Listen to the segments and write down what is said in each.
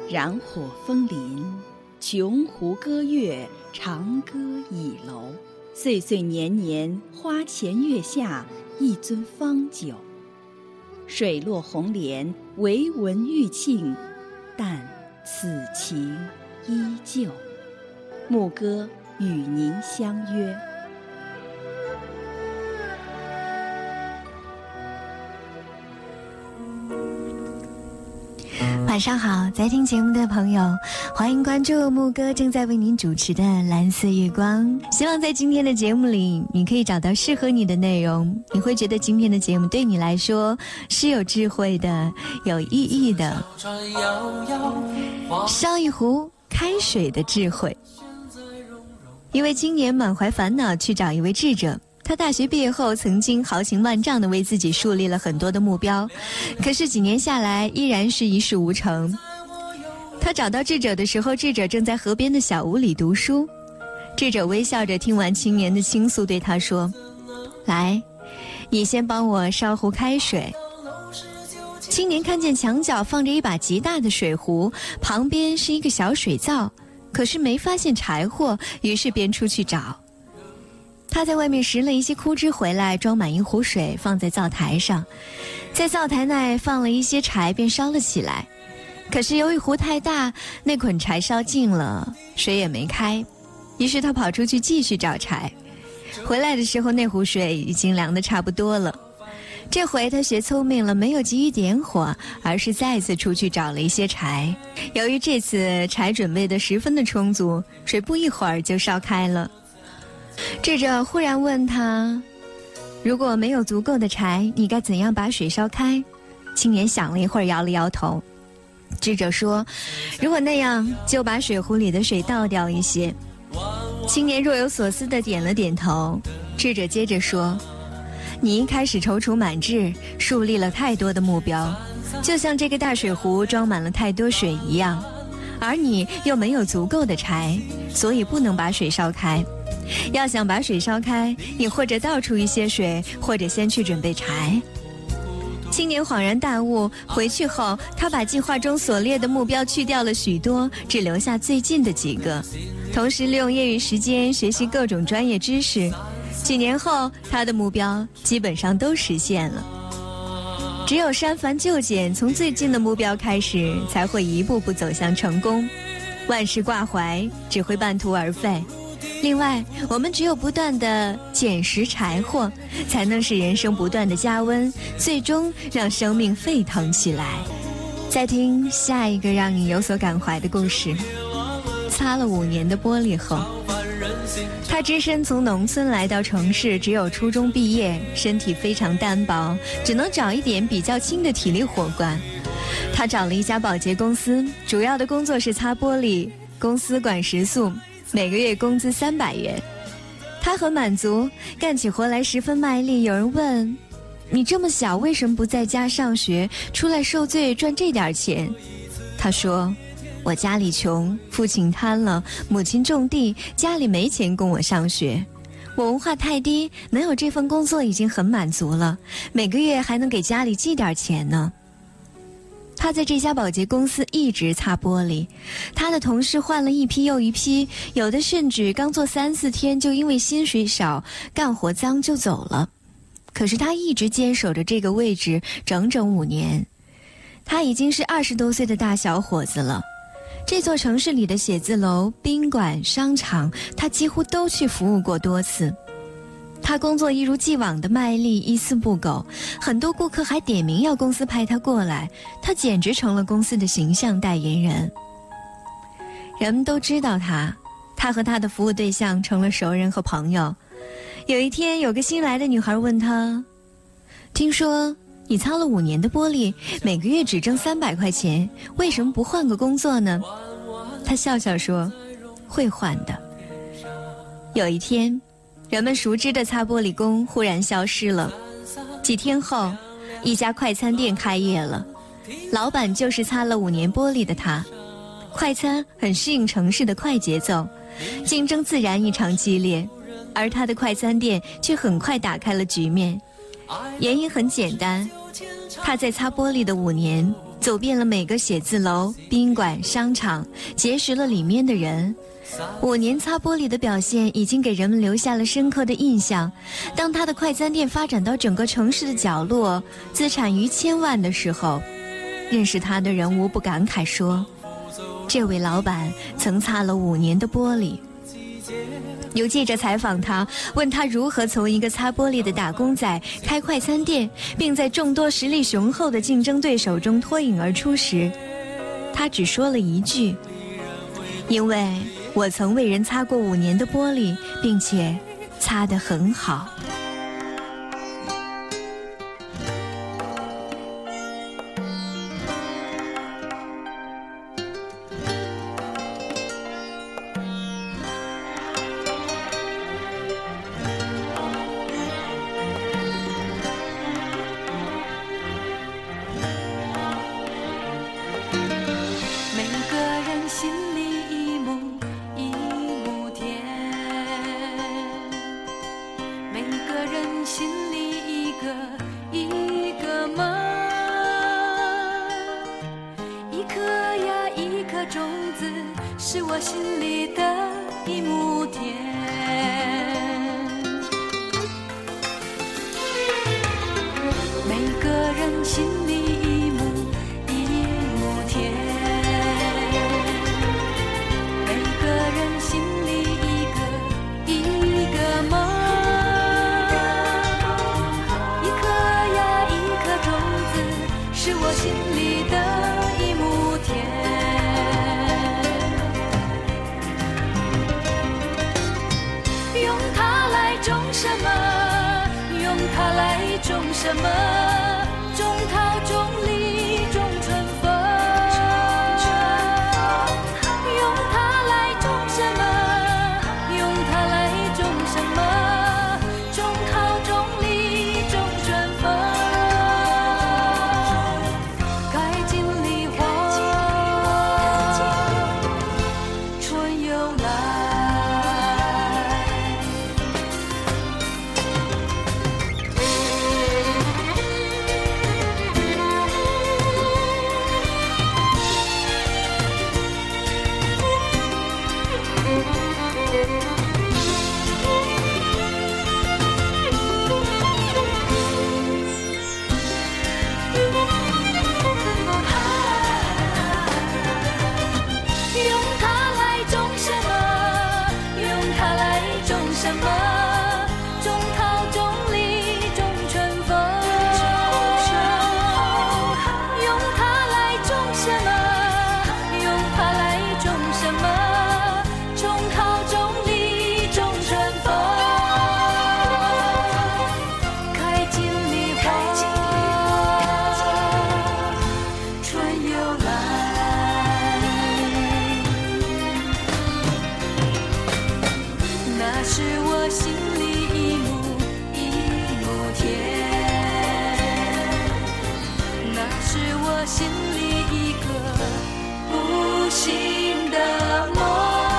燃火风林，琼湖歌月，长歌倚楼。岁岁年年，花前月下，一樽方酒。水落红莲，惟闻玉磬，但此情依旧。牧歌与您相约。 晚上好，在听节目的朋友，欢迎关注牧歌正在为您主持的蓝色月光。希望在今天的节目里，你可以找到适合你的内容，你会觉得今天的节目对你来说是有智慧的，有意义的。烧一壶开水的智慧。一位青年满怀烦恼去找一位智者，他大学毕业后曾经豪情万丈地为自己树立了很多的目标，可是几年下来依然是一事无成。他找到智者的时候，智者正在河边的小屋里读书。智者微笑着听完青年的倾诉，对他说：来，你先帮我烧壶开水。青年看见墙角放着一把极大的水壶，旁边是一个小水灶，可是没发现柴火，于是便出去找。他在外面拾了一些枯枝回来，装满一壶水放在灶台上，在灶台内放了一些柴，便烧了起来。可是由于壶太大，那捆柴烧尽了，水也没开，于是他跑出去继续找柴。回来的时候，那壶水已经凉得差不多了。这回他学聪明了，没有急于点火，而是再次出去找了一些柴。由于这次柴准备得十分的充足，水不一会儿就烧开了。智者忽然问他：如果没有足够的柴，你该怎样把水烧开？青年想了一会儿，摇了摇头。智者说：如果那样，就把水壶里的水倒掉一些。青年若有所思地点了点头。智者接着说：你一开始踌躇满志，树立了太多的目标，就像这个大水壶装满了太多水一样，而你又没有足够的柴，所以不能把水烧开。要想把水烧开，你或者倒出一些水，或者先去准备柴。青年恍然大悟，回去后他把计划中所列的目标去掉了许多，只留下最近的几个，同时利用业余时间学习各种专业知识。几年后，他的目标基本上都实现了。只有删繁就简，从最近的目标开始，才会一步步走向成功。万事挂怀，只会半途而废。另外，我们只有不断地捡拾柴火，才能使人生不断地加温，最终让生命沸腾起来。再听下一个让你有所感怀的故事。擦了5年的玻璃后，他只身从农村来到城市，只有初中毕业，身体非常单薄，只能找一点比较轻的体力活干。他找了一家保洁公司，主要的工作是擦玻璃，公司管食宿，每个月工资300元。他很满足，干起活来十分卖力。有人问：你这么小，为什么不在家上学，出来受罪赚这点钱？他说：我家里穷，父亲瘫了，母亲种地，家里没钱供我上学。我文化太低，能有这份工作已经很满足了，每个月还能给家里寄点钱呢。他在这家保洁公司一直擦玻璃，他的同事换了一批又一批，有的甚至刚做3-4天就因为薪水少，干活脏就走了。可是他一直坚守着这个位置整整5年。他已经是20多岁的大小伙子了。这座城市里的写字楼、宾馆、商场，他几乎都去服务过多次。他工作一如既往的卖力，一丝不苟，很多顾客还点名要公司派他过来，他简直成了公司的形象代言人。人们都知道他和他的服务对象成了熟人和朋友。有一天，有个新来的女孩问他：听说你擦了5年的玻璃，每个月只挣300块钱，为什么不换个工作呢？他笑笑说：会换的。有一天，人们熟知的擦玻璃工忽然消失了。几天后，一家快餐店开业了，老板就是擦了5年玻璃的他。快餐很适应城市的快节奏，竞争自然异常激烈，而他的快餐店却很快打开了局面。原因很简单，他在擦玻璃的5年走遍了每个写字楼、宾馆、商场，结识了里面的人。5年擦玻璃的表现已经给人们留下了深刻的印象。当他的快餐店发展到整个城市的角落，资产逾1000万的时候，认识他的人无不感慨说，这位老板曾擦了5年的玻璃。有记者采访他，问他如何从一个擦玻璃的打工仔开快餐店，并在众多实力雄厚的竞争对手中脱颖而出时，他只说了一句，因为我曾为人擦过5年的玻璃，并且擦得很好。 是我心里的一亩田。每个人心里一亩田，每个人心里一个梦，一颗呀一颗种子，是我心里的一亩田。用它来种什么？用它来种什么？种桃，种李，种春风。用它来种什么？用它来种什么？种桃，种李，种春风。开尽梨花，春又来。心里一个不醒的梦。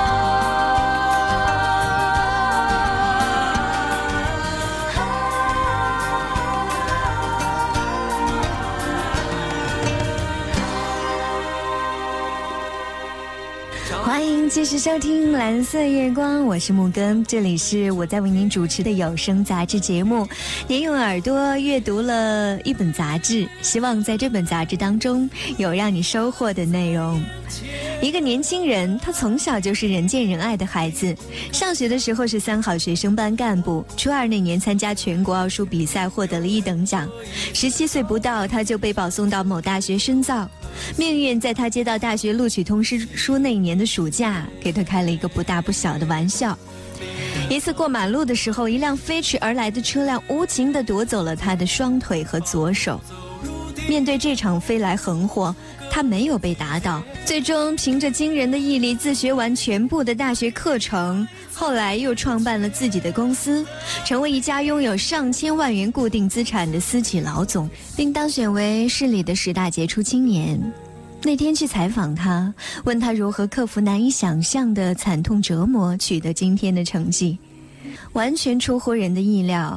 欢迎继续收听蓝色月光，我是木根，这里是我在为您主持的有声杂志节目。您用耳朵阅读了一本杂志，希望在这本杂志当中有让你收获的内容。一个年轻人，他从小就是人见人爱的孩子，上学的时候是3好学生班干部，初2那年参加全国奥数比赛获得了1等奖，17岁不到他就被保送到某大学深造。命运在他接到大学录取通知书那一年的暑假，给他开了一个不大不小的玩笑。一次过马路的时候，一辆飞驰而来的车辆无情地夺走了他的双腿和左手。面对这场飞来横祸，他没有被打倒，最终凭着惊人的毅力自学完全部的大学课程，后来又创办了自己的公司，成为一家拥有上千万元固定资产的私企老总，并当选为市里的10大杰出青年。那天去采访他，问他如何克服难以想象的惨痛折磨，取得今天的成绩，完全出乎人的意料。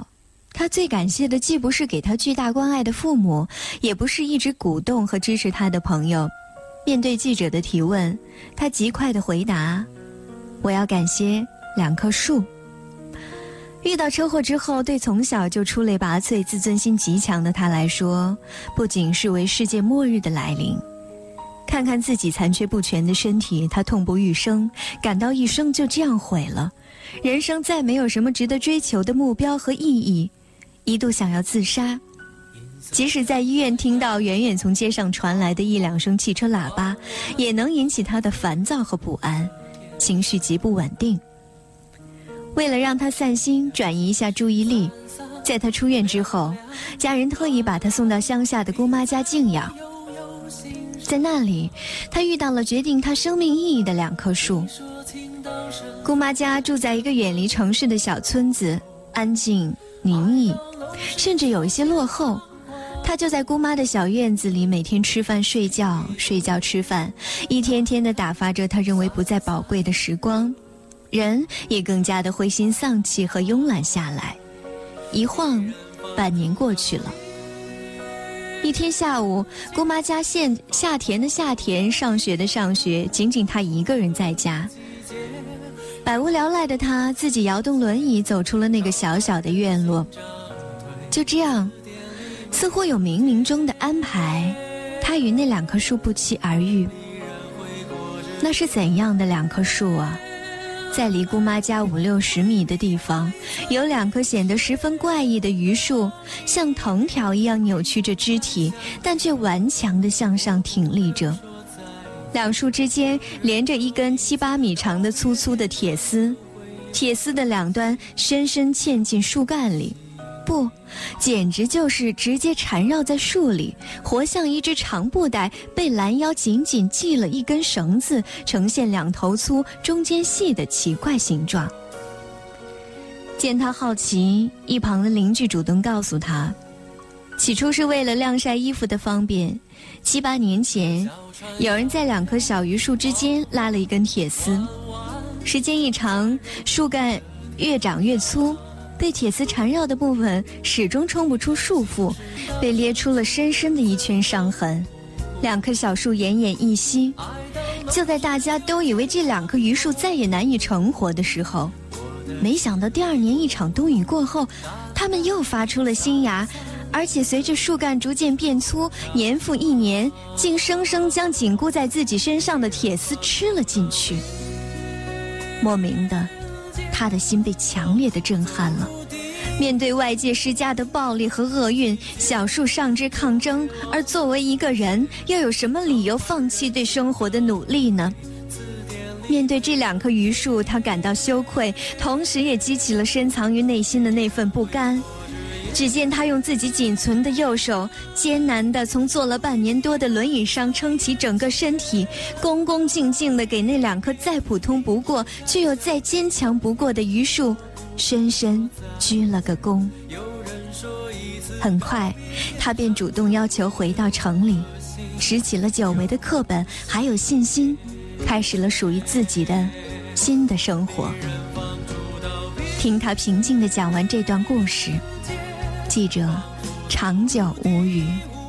他最感谢的既不是给他巨大关爱的父母，也不是一直鼓动和支持他的朋友。面对记者的提问，他极快地回答：我要感谢2棵树。遇到车祸之后，对从小就出类拔萃、自尊心极强的他来说，不仅视为世界末日的来临。看看自己残缺不全的身体，他痛不欲生，感到一生就这样毁了，人生再没有什么值得追求的目标和意义，一度想要自杀。即使在医院听到远远从街上传来的1-2声汽车喇叭，也能引起他的烦躁和不安，情绪极不稳定。为了让他散心，转移一下注意力，在他出院之后，家人特意把他送到乡下的姑妈家静养。在那里，他遇到了决定他生命意义的2棵树。姑妈家住在一个远离城市的小村子，安静宁逸，甚至有一些落后。他就在姑妈的小院子里，每天吃饭睡觉，睡觉吃饭，一天天地打发着他认为不再宝贵的时光，人也更加的灰心丧气和慵懒下来。一晃半年过去了。一天下午，姑妈家下田的下田，上学的上学，仅仅他一个人在家。百无聊赖的他自己摇动轮椅走出了那个小小的院落。就这样，似乎有冥冥中的安排，他与那2棵树不期而遇。那是怎样的2棵树啊？在离姑妈家50-60米的地方，有2棵显得十分怪异的榆树，像藤条一样扭曲着肢体，但却顽强地向上挺立着。2树之间连着一根7-8米长的粗粗的铁丝，铁丝的2端深深嵌进树干里，不，简直就是直接缠绕在树里，活像一只长布袋被拦腰紧紧系了一根绳子，呈现2头粗中间细的奇怪形状。见他好奇，一旁的邻居主动告诉他，起初是为了晾晒衣服的方便，7-8年前有人在2棵小榆树之间拉了一根铁丝，时间一长，树干越长越粗，被铁丝缠绕的部分始终冲不出束缚，被裂出了深深的一圈伤痕。2棵小树奄奄一息。就在大家都以为这2棵榆树再也难以成活的时候，没想到第2年一场冬雨过后，它们又发出了新芽，而且随着树干逐渐变粗，年复一年，竟生生将紧箍在自己身上的铁丝吃了进去。莫名的，他的心被强烈的震撼了。面对外界施加的暴力和厄运，小树上肢抗争，而作为一个人，又有什么理由放弃对生活的努力呢？面对这2棵榆树，他感到羞愧，同时也激起了深藏于内心的那份不甘。只见他用自己仅存的右手，艰难地从坐了半年多的轮椅上撑起整个身体，恭恭敬敬地给那2棵再普通不过却又再坚强不过的榆树深深鞠了个躬。很快，他便主动要求回到城里，拾起了久违的课本，还有信心，开始了属于自己的新的生活。听他平静地讲完这段故事，记者长久无语。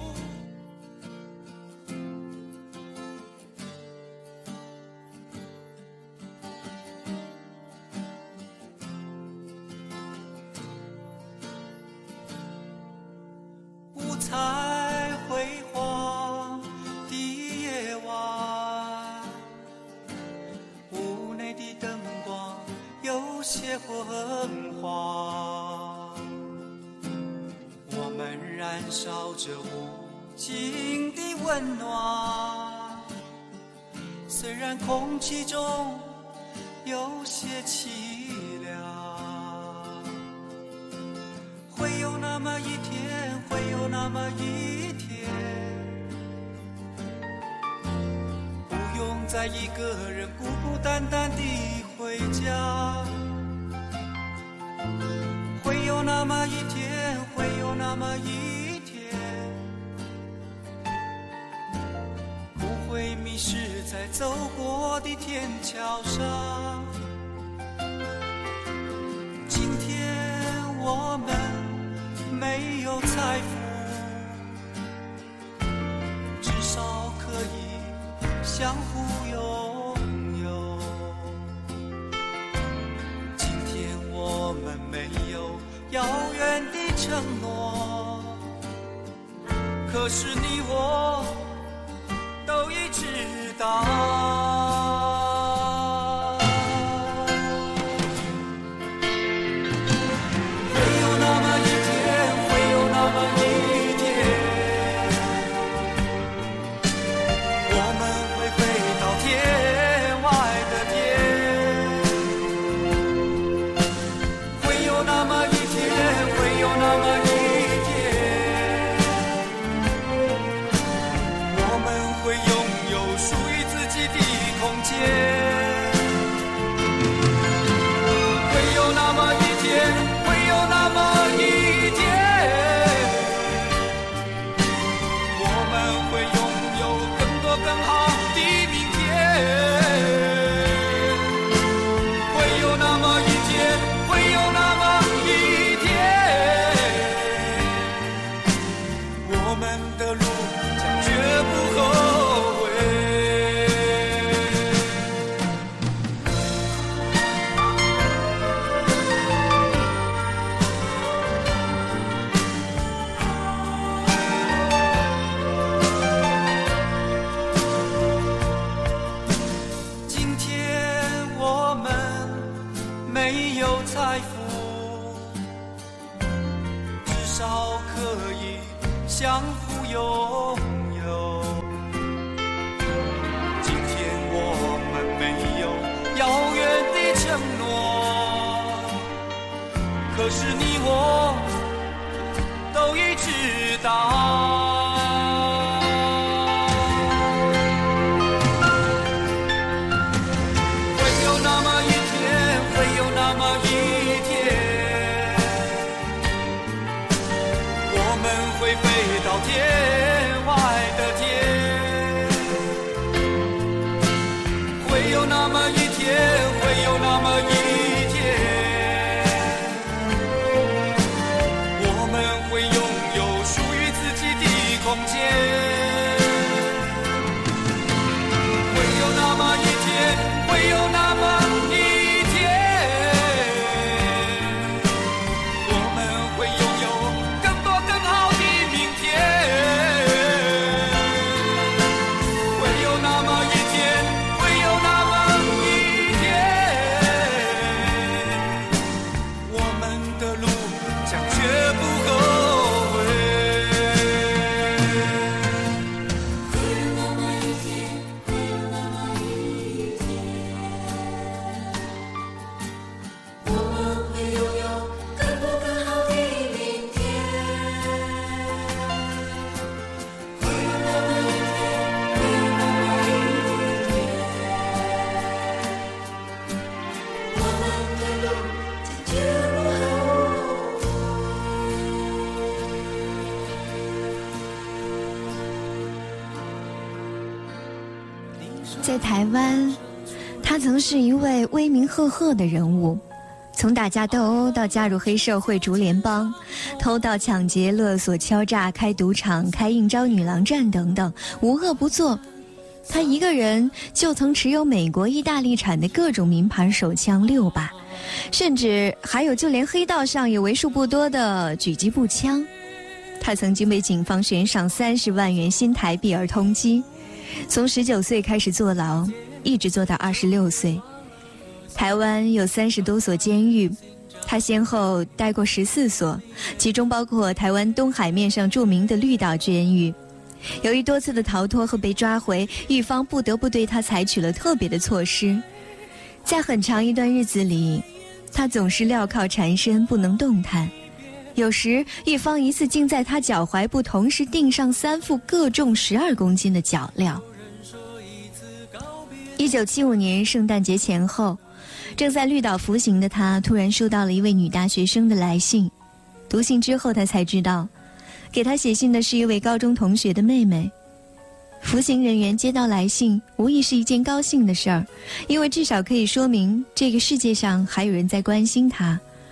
五彩辉煌的夜晚，屋内的灯光有些昏黄，我们燃烧着无尽的温暖，虽然空气中有些凄凉，会有那么一天，会有那么一天，不用再一个人孤孤单单地回家，会有那么一天，会有那么一天，不会迷失在走过的天桥上。今天我们有财富，至少可以相互拥有。今天我们没有遥远的承诺，可是你我都已知道。相互拥有。今天我们没有遥远的承诺，可是你我都已知道。会有那么一天，会有那么一天，会飞到天外的天，会有那么一天，会有那么一天，我们会拥有属于自己的空间。会有那么一天，会有那么一天，我们会拥有更多更好的明天。会有那么一天，会有那么一天，我们的路将绝不后悔。会有那么一天，会有那么一天，我们会拥有更多更好的明天。会有那么一天，会有那么一天，我们的路将绝不后悔。 在台湾，他曾是一位威名赫赫的人物，从打架斗殴到加入黑社会竹联帮，偷盗抢劫勒索敲诈，开赌场，开应招女郎站等等，无恶不作。他一个人就曾持有美国、意大利产的各种名牌手枪6把，甚至还有就连黑道上也为数不多的狙击步枪。他曾经被警方悬赏30万元新台币而通缉，从19岁开始坐牢，一直坐到26岁。台湾有30多所监狱，他先后待过14所，其中包括台湾东海面上著名的绿岛监狱。由于多次的逃脱和被抓回，狱方不得不对他采取了特别的措施。在很长一段日子里，他总是镣铐缠身，不能动弹。有时狱方一次竟在他脚踝部同时钉上3副各重12公斤的脚镣。1975年圣诞节前后，正在绿岛服刑的他突然收到了一位女大学生的来信。读信之后，他才知道给他写信的是一位高中同学的妹妹。服刑人员接到来信无疑是一件高兴的事儿，因为至少可以说明这个世界上还有人在关心他。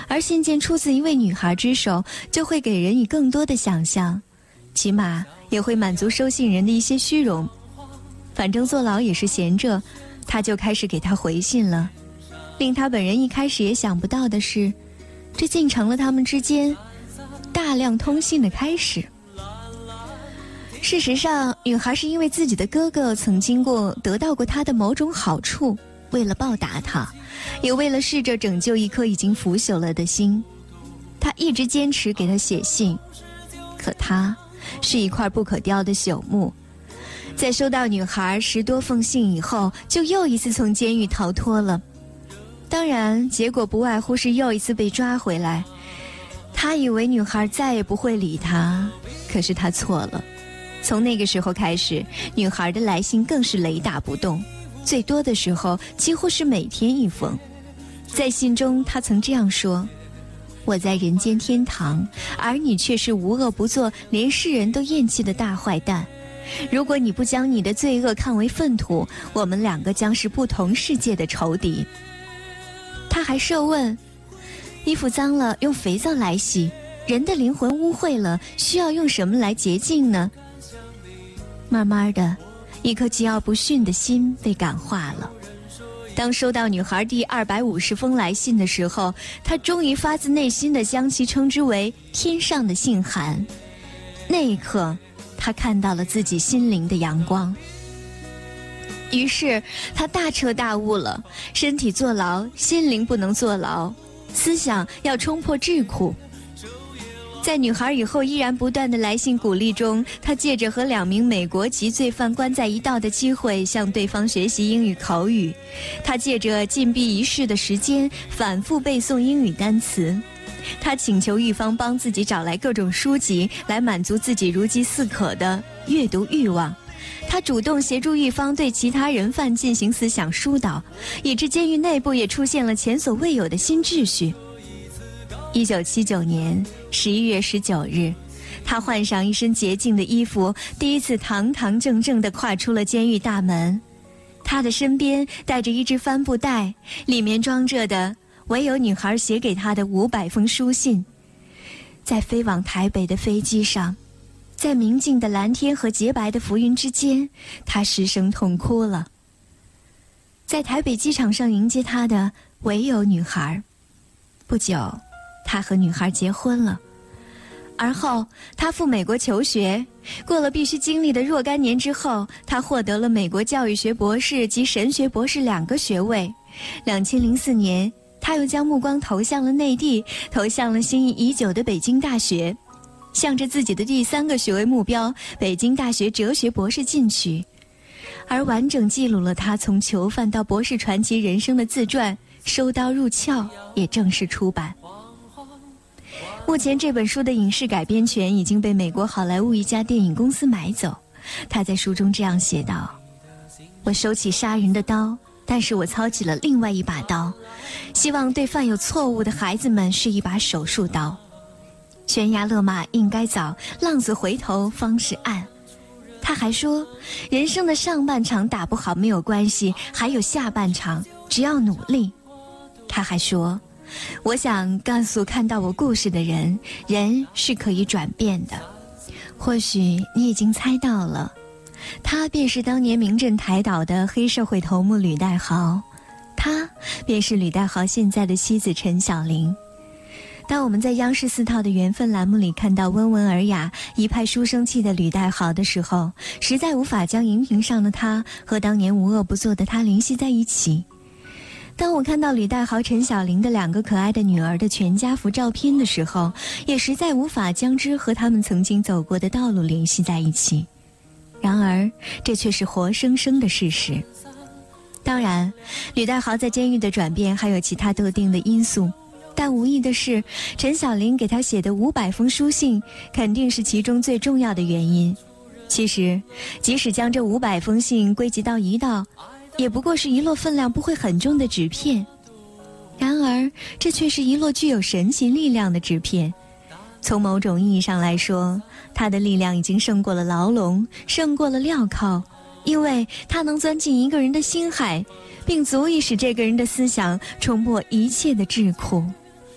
而信件出自一位女孩之手，就会给人以更多的想象，起码也会满足收信人的一些虚荣。反正坐牢也是闲着，他就开始给他回信了。令他本人一开始也想不到的是，这竟成了他们之间大量通信的开始。事实上，女孩是因为自己的哥哥曾经得到过她的某种好处，为了报答他，也为了试着拯救一颗已经腐朽了的心，她一直坚持给他写信。可他是一块不可雕的朽木，在收到女孩10多封信以后，就又一次从监狱逃脱了。当然，结果不外乎是又一次被抓回来。他以为女孩再也不会理他，可是他错了。从那个时候开始，女孩的来信更是雷打不动，最多的时候几乎是每天1封。在信中，她曾这样说：我在人间天堂，而你却是无恶不作，连世人都厌弃的大坏蛋。如果你不将你的罪恶看为粪土，我们2个将是不同世界的仇敌。她还设问：衣服脏了用肥皂来洗，人的灵魂污秽了需要用什么来洁净呢？慢慢的，一颗桀骜不驯的心被感化了。当收到女孩第250封来信的时候，她终于发自内心地将其称之为天上的信函。那一刻，她看到了自己心灵的阳光。于是她大彻大悟了，身体坐牢，心灵不能坐牢，思想要冲破桎梏。在女孩以后依然不断的来信鼓励中，她借着和2名美国籍罪犯关在一道的机会，向对方学习英语口语。她借着禁闭1室的时间，反复背诵英语单词。她请求狱方帮自己找来各种书籍，来满足自己如饥似渴的阅读欲望。她主动协助狱方对其他人犯进行思想疏导，以致监狱内部也出现了前所未有的新秩序。1979年11月19日，他换上一身洁净的衣服，第一次堂堂正正地跨出了监狱大门。他的身边带着一只帆布袋，里面装着的唯有女孩写给他的500封书信。在飞往台北的飞机上，在明净的蓝天和洁白的浮云之间，他失声痛哭了。在台北机场上迎接他的唯有女孩。不久，他和女孩结婚了。而后他赴美国求学，过了必须经历的若干年之后，他获得了美国教育学博士及神学博士2个学位。2004年，他又将目光投向了内地，投向了心仪已久的北京大学，向着自己的第3个学位目标北京大学哲学博士进取。而完整记录了他从囚犯到博士传奇人生的自传《收刀入鞘》也正式出版。目前这本书的影视改编权已经被美国好莱坞一家电影公司买走。他在书中这样写道：我收起杀人的刀，但是我操起了另外一把刀，希望对犯有错误的孩子们是一把手术刀。悬崖勒马应该早，浪子回头方是岸。他还说，人生的上半场打不好没有关系，还有下半场，只要努力。他还说，我想告诉看到我故事的人，人是可以转变的。或许你已经猜到了，他便是当年名震台岛的黑社会头目吕代豪，他便是吕代豪现在的妻子陈晓玲。当我们在央视4套的缘分栏目里看到温文尔雅、一派书生气的吕代豪的时候，实在无法将荧屏上的他和当年无恶不作的他联系在一起。当我看到吕代豪、陈晓玲的2个可爱的女儿的全家福照片的时候，也实在无法将之和他们曾经走过的道路联系在一起。然而，这却是活生生的事实。当然，吕代豪在监狱的转变还有其他特定的因素，但无疑的是，陈晓玲给他写的500封书信，肯定是其中最重要的原因。其实，即使将这500封信归集到一道，也不过是一摞分量不会很重的纸片。然而，这却是一摞具有神奇力量的纸片。从某种意义上来说，它的力量已经胜过了牢笼，胜过了镣铐，因为它能钻进一个人的心海，并足以使这个人的思想冲破一切的桎梏。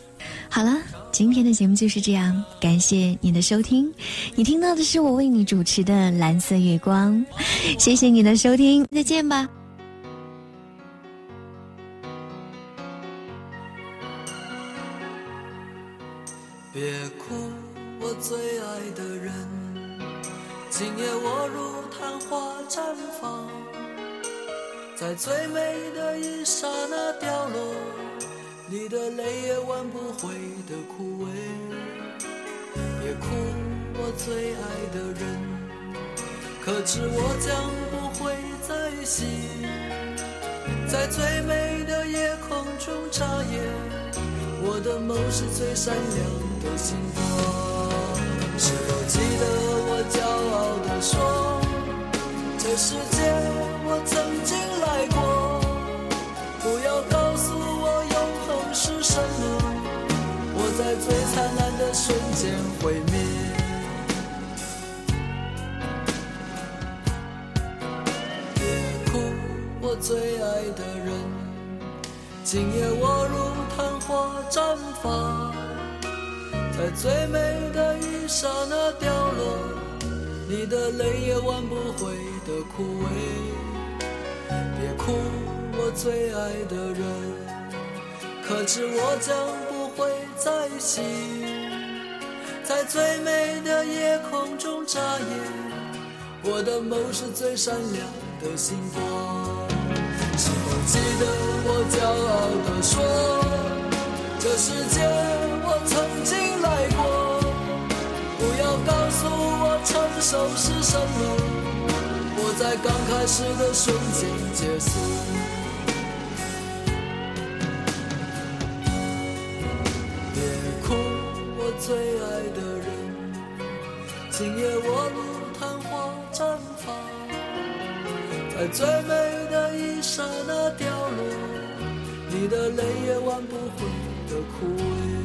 好了，今天的节目就是这样，感谢你的收听。你听到的是我为你主持的蓝色月光，谢谢你的收听，再见吧。 别哭，我最爱的人，今夜我如昙花绽放，在最美的一刹那掉落，你的泪也挽不回的枯萎。别哭，我最爱的人，可知我将不会再醒，在最美的夜空中眨眼，我的梦是最闪亮的星光。是否记得我骄傲地说，这世界我曾经来过，不要告诉我永恒是什么，我在最灿烂的瞬间毁灭。别哭，我最爱的人，今夜我如昙花绽放，在最美的一刹那掉落，你的泪也挽不回的枯萎。别哭，我最爱的人，可知我将不会再醒，在最美的夜空中眨眼，我的梦是最闪亮的星光。是否记得我骄傲地说，这世界我曾经来过，不要告诉我成熟是什么，我在刚开始的瞬间结束。别哭，我最爱的人，今夜我如昙花绽放，在最美的一刹那掉落，你的泪也挽不回的枯萎。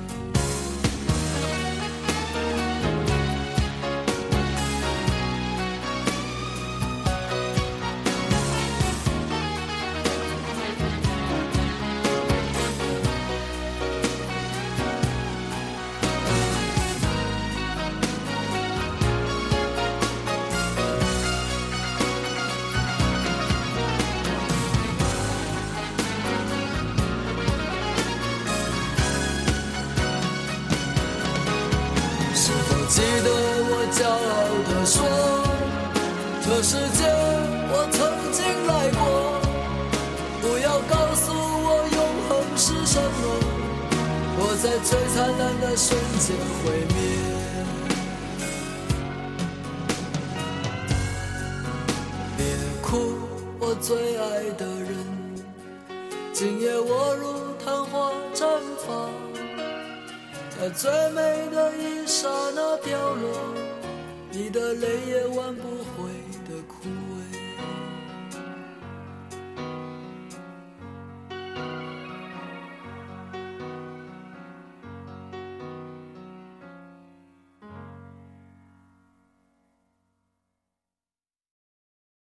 记得我骄傲地说，这世界我曾经来过，不要告诉我永恒是什么，我在最灿烂的瞬间毁灭。别哭，我最爱的人，今夜我如昙花绽放，在最美的一刹那掉落，你的泪也挽不回